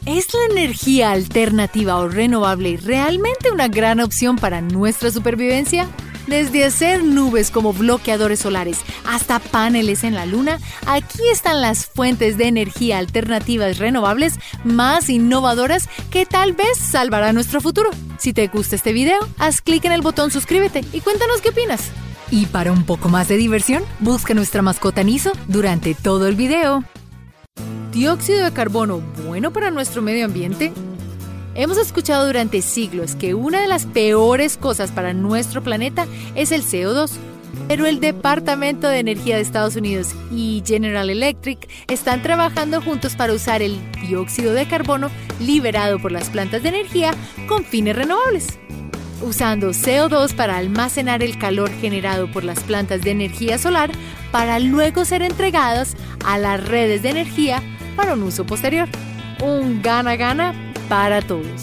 ¿Es la energía alternativa o renovable realmente una gran opción para nuestra supervivencia? Desde hacer nubes como bloqueadores solares hasta paneles en la luna, aquí están las fuentes de energía alternativas renovables más innovadoras que tal vez salvarán nuestro futuro. Si te gusta este video, haz clic en el botón suscríbete y cuéntanos qué opinas. Y para un poco más de diversión, busca nuestra mascota Niso durante todo el video. ¿Dióxido de carbono bueno para nuestro medio ambiente? Hemos escuchado durante siglos que una de las peores cosas para nuestro planeta es el CO2. Pero el Departamento de Energía de Estados Unidos y General Electric están trabajando juntos para usar el dióxido de carbono liberado por las plantas de energía con fines renovables. Usando CO2 para almacenar el calor generado por las plantas de energía solar para luego ser entregadas a las redes de energía para un uso posterior. Un gana-gana para todos.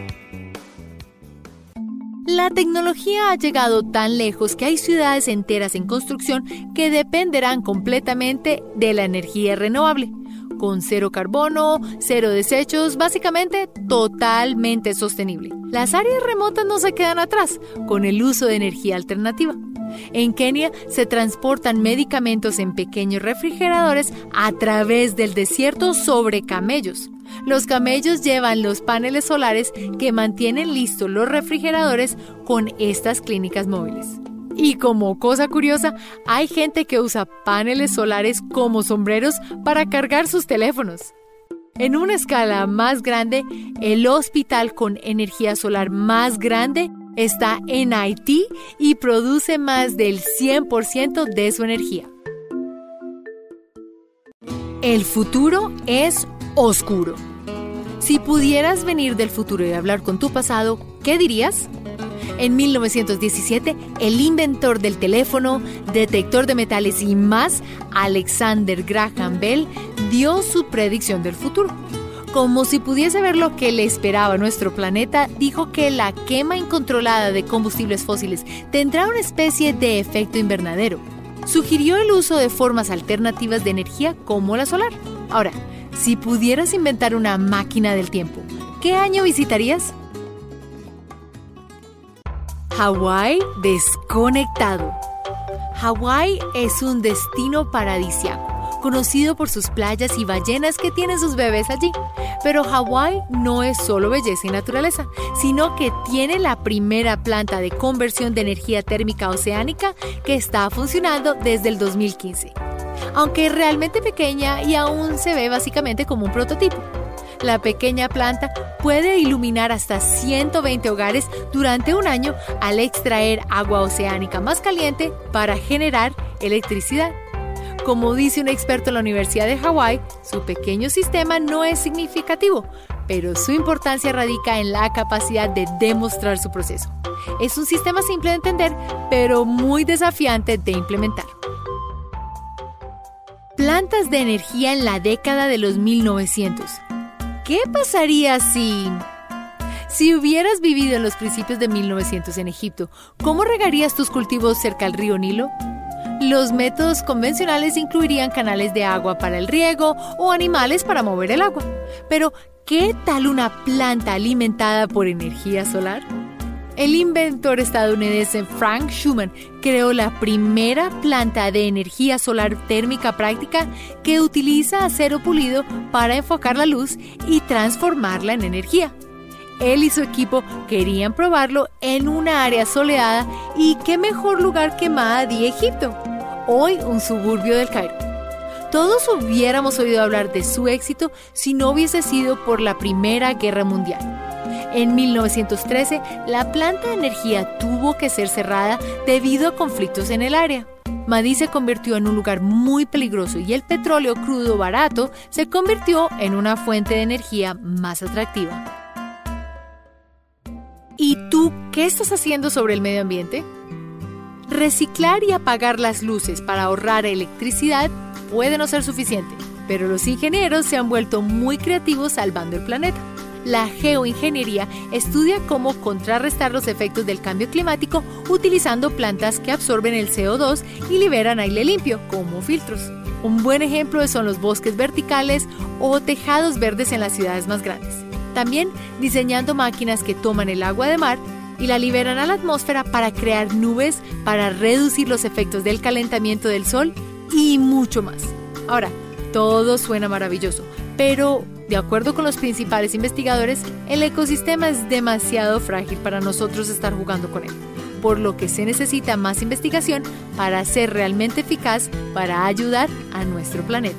La tecnología ha llegado tan lejos que hay ciudades enteras en construcción que dependerán completamente de la energía renovable. Con cero carbono, cero desechos, básicamente totalmente sostenible. Las áreas remotas no se quedan atrás con el uso de energía alternativa. En Kenia se transportan medicamentos en pequeños refrigeradores a través del desierto sobre camellos. Los camellos llevan los paneles solares que mantienen listos los refrigeradores con estas clínicas móviles. Y como cosa curiosa, hay gente que usa paneles solares como sombreros para cargar sus teléfonos. En una escala más grande, el hospital con energía solar más grande está en Haití y produce más del 100% de su energía. El futuro es oscuro. Si pudieras venir del futuro y hablar con tu pasado, ¿qué dirías? En 1917, el inventor del teléfono, detector de metales y más, Alexander Graham Bell, dio su predicción del futuro. Como si pudiese ver lo que le esperaba a nuestro planeta, dijo que la quema incontrolada de combustibles fósiles tendrá una especie de efecto invernadero. Sugirió el uso de formas alternativas de energía como la solar. Ahora, si pudieras inventar una máquina del tiempo, ¿qué año visitarías? Hawái desconectado. Hawái es un destino paradisíaco, conocido por sus playas y ballenas que tienen sus bebés allí. Pero Hawái no es solo belleza y naturaleza, sino que tiene la primera planta de conversión de energía térmica oceánica que está funcionando desde el 2015. Aunque es realmente pequeña y aún se ve básicamente como un prototipo. La pequeña planta puede iluminar hasta 120 hogares durante un año al extraer agua oceánica más caliente para generar electricidad. Como dice un experto en la Universidad de Hawái, su pequeño sistema no es significativo, pero su importancia radica en la capacidad de demostrar su proceso. Es un sistema simple de entender, pero muy desafiante de implementar. Plantas de energía en la década de los 1900. ¿Qué pasaría si hubieras vivido en los principios de 1900 en Egipto? ¿Cómo regarías tus cultivos cerca al río Nilo? Los métodos convencionales incluirían canales de agua para el riego o animales para mover el agua. Pero, ¿qué tal una planta alimentada por energía solar? El inventor estadounidense Frank Schumann creó la primera planta de energía solar térmica práctica que utiliza acero pulido para enfocar la luz y transformarla en energía. Él y su equipo querían probarlo en una área soleada y qué mejor lugar que Maadi, Egipto, hoy un suburbio del Cairo. Todos hubiéramos oído hablar de su éxito si no hubiese sido por la Primera Guerra Mundial. En 1913, la planta de energía tuvo que ser cerrada debido a conflictos en el área. Maadi se convirtió en un lugar muy peligroso y el petróleo crudo barato se convirtió en una fuente de energía más atractiva. ¿Y tú qué estás haciendo sobre el medio ambiente? Reciclar y apagar las luces para ahorrar electricidad puede no ser suficiente, pero los ingenieros se han vuelto muy creativos salvando el planeta. La geoingeniería estudia cómo contrarrestar los efectos del cambio climático utilizando plantas que absorben el CO2 y liberan aire limpio como filtros. Un buen ejemplo son los bosques verticales o tejados verdes en las ciudades más grandes. También diseñando máquinas que toman el agua de mar y la liberan a la atmósfera para crear nubes, para reducir los efectos del calentamiento del sol y mucho más. Ahora, todo suena maravilloso, pero de acuerdo con los principales investigadores, el ecosistema es demasiado frágil para nosotros estar jugando con él, por lo que se necesita más investigación para ser realmente eficaz para ayudar a nuestro planeta.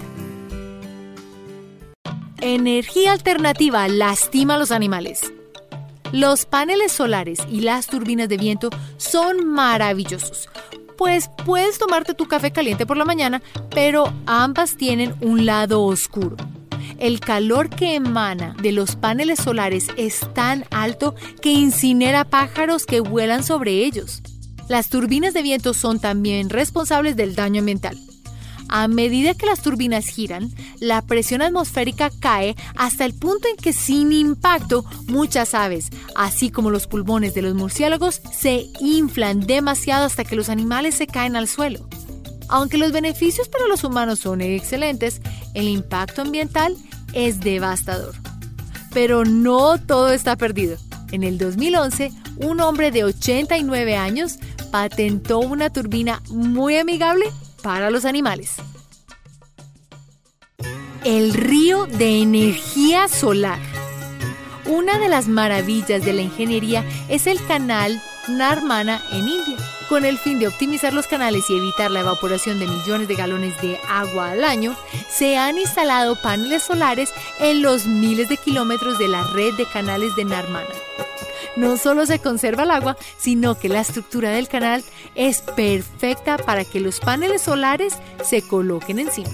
Energía alternativa lastima a los animales. Los paneles solares y las turbinas de viento son maravillosos, pues puedes tomarte tu café caliente por la mañana, pero ambas tienen un lado oscuro. El calor que emana de los paneles solares es tan alto que incinera pájaros que vuelan sobre ellos. Las turbinas de viento son también responsables del daño ambiental. A medida que las turbinas giran, la presión atmosférica cae hasta el punto en que sin impacto muchas aves, así como los pulmones de los murciélagos, se inflan demasiado hasta que los animales se caen al suelo. Aunque los beneficios para los humanos son excelentes, el impacto ambiental es devastador. Pero no todo está perdido. En el 2011, un hombre de 89 años patentó una turbina muy amigable para los animales. El río de energía solar. Una de las maravillas de la ingeniería es el canal Narmada en India. Con el fin de optimizar los canales y evitar la evaporación de millones de galones de agua al año, se han instalado paneles solares en los miles de kilómetros de la red de canales de Narmada. No solo se conserva el agua, sino que la estructura del canal es perfecta para que los paneles solares se coloquen encima.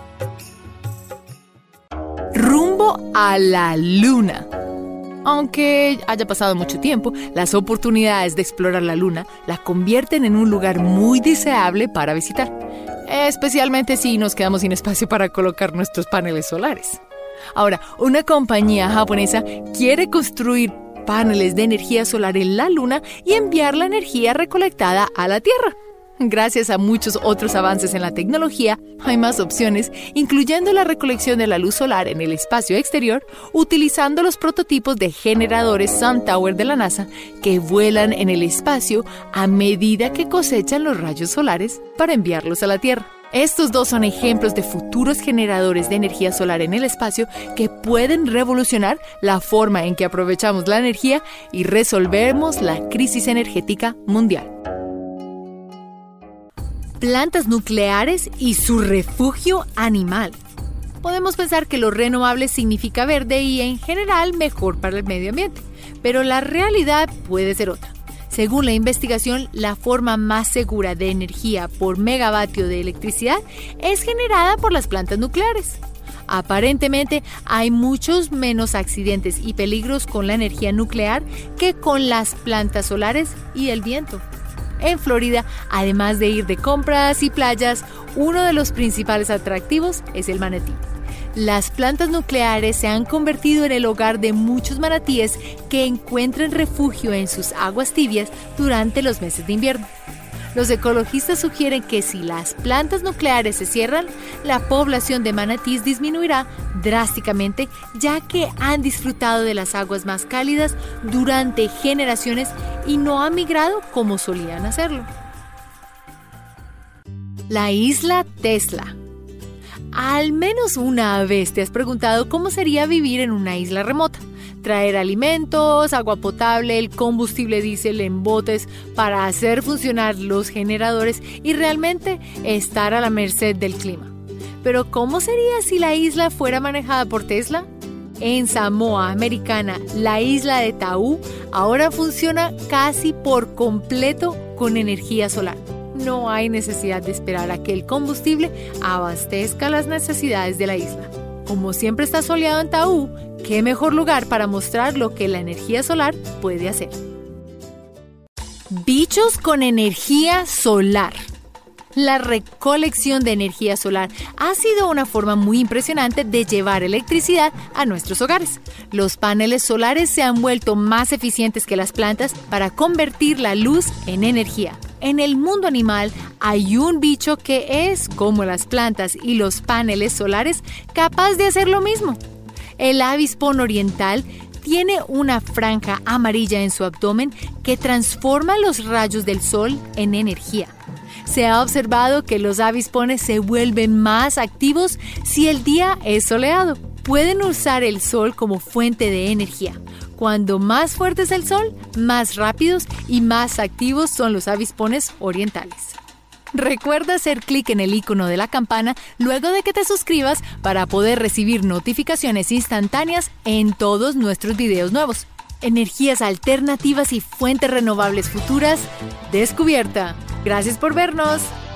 Rumbo a la Luna. Aunque haya pasado mucho tiempo, las oportunidades de explorar la Luna la convierten en un lugar muy deseable para visitar, especialmente si nos quedamos sin espacio para colocar nuestros paneles solares. Ahora, una compañía japonesa quiere construir paneles de energía solar en la Luna y enviar la energía recolectada a la Tierra. Gracias a muchos otros avances en la tecnología, hay más opciones, incluyendo la recolección de la luz solar en el espacio exterior, utilizando los prototipos de generadores Sun Tower de la NASA que vuelan en el espacio a medida que cosechan los rayos solares para enviarlos a la Tierra. Estos dos son ejemplos de futuros generadores de energía solar en el espacio que pueden revolucionar la forma en que aprovechamos la energía y resolvemos la crisis energética mundial. Plantas nucleares y su refugio animal. Podemos pensar que lo renovable significa verde y en general mejor para el medio ambiente, pero la realidad puede ser otra. Según la investigación, la forma más segura de energía por megavatio de electricidad es generada por las plantas nucleares. Aparentemente, hay muchos menos accidentes y peligros con la energía nuclear que con las plantas solares y el viento. En Florida, además de ir de compras y playas, uno de los principales atractivos es el manatí. Las plantas nucleares se han convertido en el hogar de muchos manatíes que encuentran refugio en sus aguas tibias durante los meses de invierno. Los ecologistas sugieren que si las plantas nucleares se cierran, la población de manatíes disminuirá drásticamente, ya que han disfrutado de las aguas más cálidas durante generaciones y no han migrado como solían hacerlo. La isla Tesla. Al menos una vez te has preguntado cómo sería vivir en una isla remota. Traer alimentos, agua potable, el combustible diésel en botes para hacer funcionar los generadores y realmente estar a la merced del clima. Pero ¿cómo sería si la isla fuera manejada por Tesla? En Samoa Americana, la isla de Taú ahora funciona casi por completo con energía solar. No hay necesidad de esperar a que el combustible abastezca las necesidades de la isla. Como siempre está soleado en Taú, ¿qué mejor lugar para mostrar lo que la energía solar puede hacer? Bichos con energía solar. La recolección de energía solar ha sido una forma muy impresionante de llevar electricidad a nuestros hogares. Los paneles solares se han vuelto más eficientes que las plantas para convertir la luz en energía. En el mundo animal hay un bicho que es, como las plantas y los paneles solares, capaz de hacer lo mismo. El avispón oriental tiene una franja amarilla en su abdomen que transforma los rayos del sol en energía. Se ha observado que los avispones se vuelven más activos si el día es soleado. Pueden usar el sol como fuente de energía. Cuando más fuerte es el sol, más rápidos y más activos son los avispones orientales. Recuerda hacer clic en el icono de la campana luego de que te suscribas para poder recibir notificaciones instantáneas en todos nuestros videos nuevos. Energías alternativas y fuentes renovables futuras descubierta. Gracias por vernos.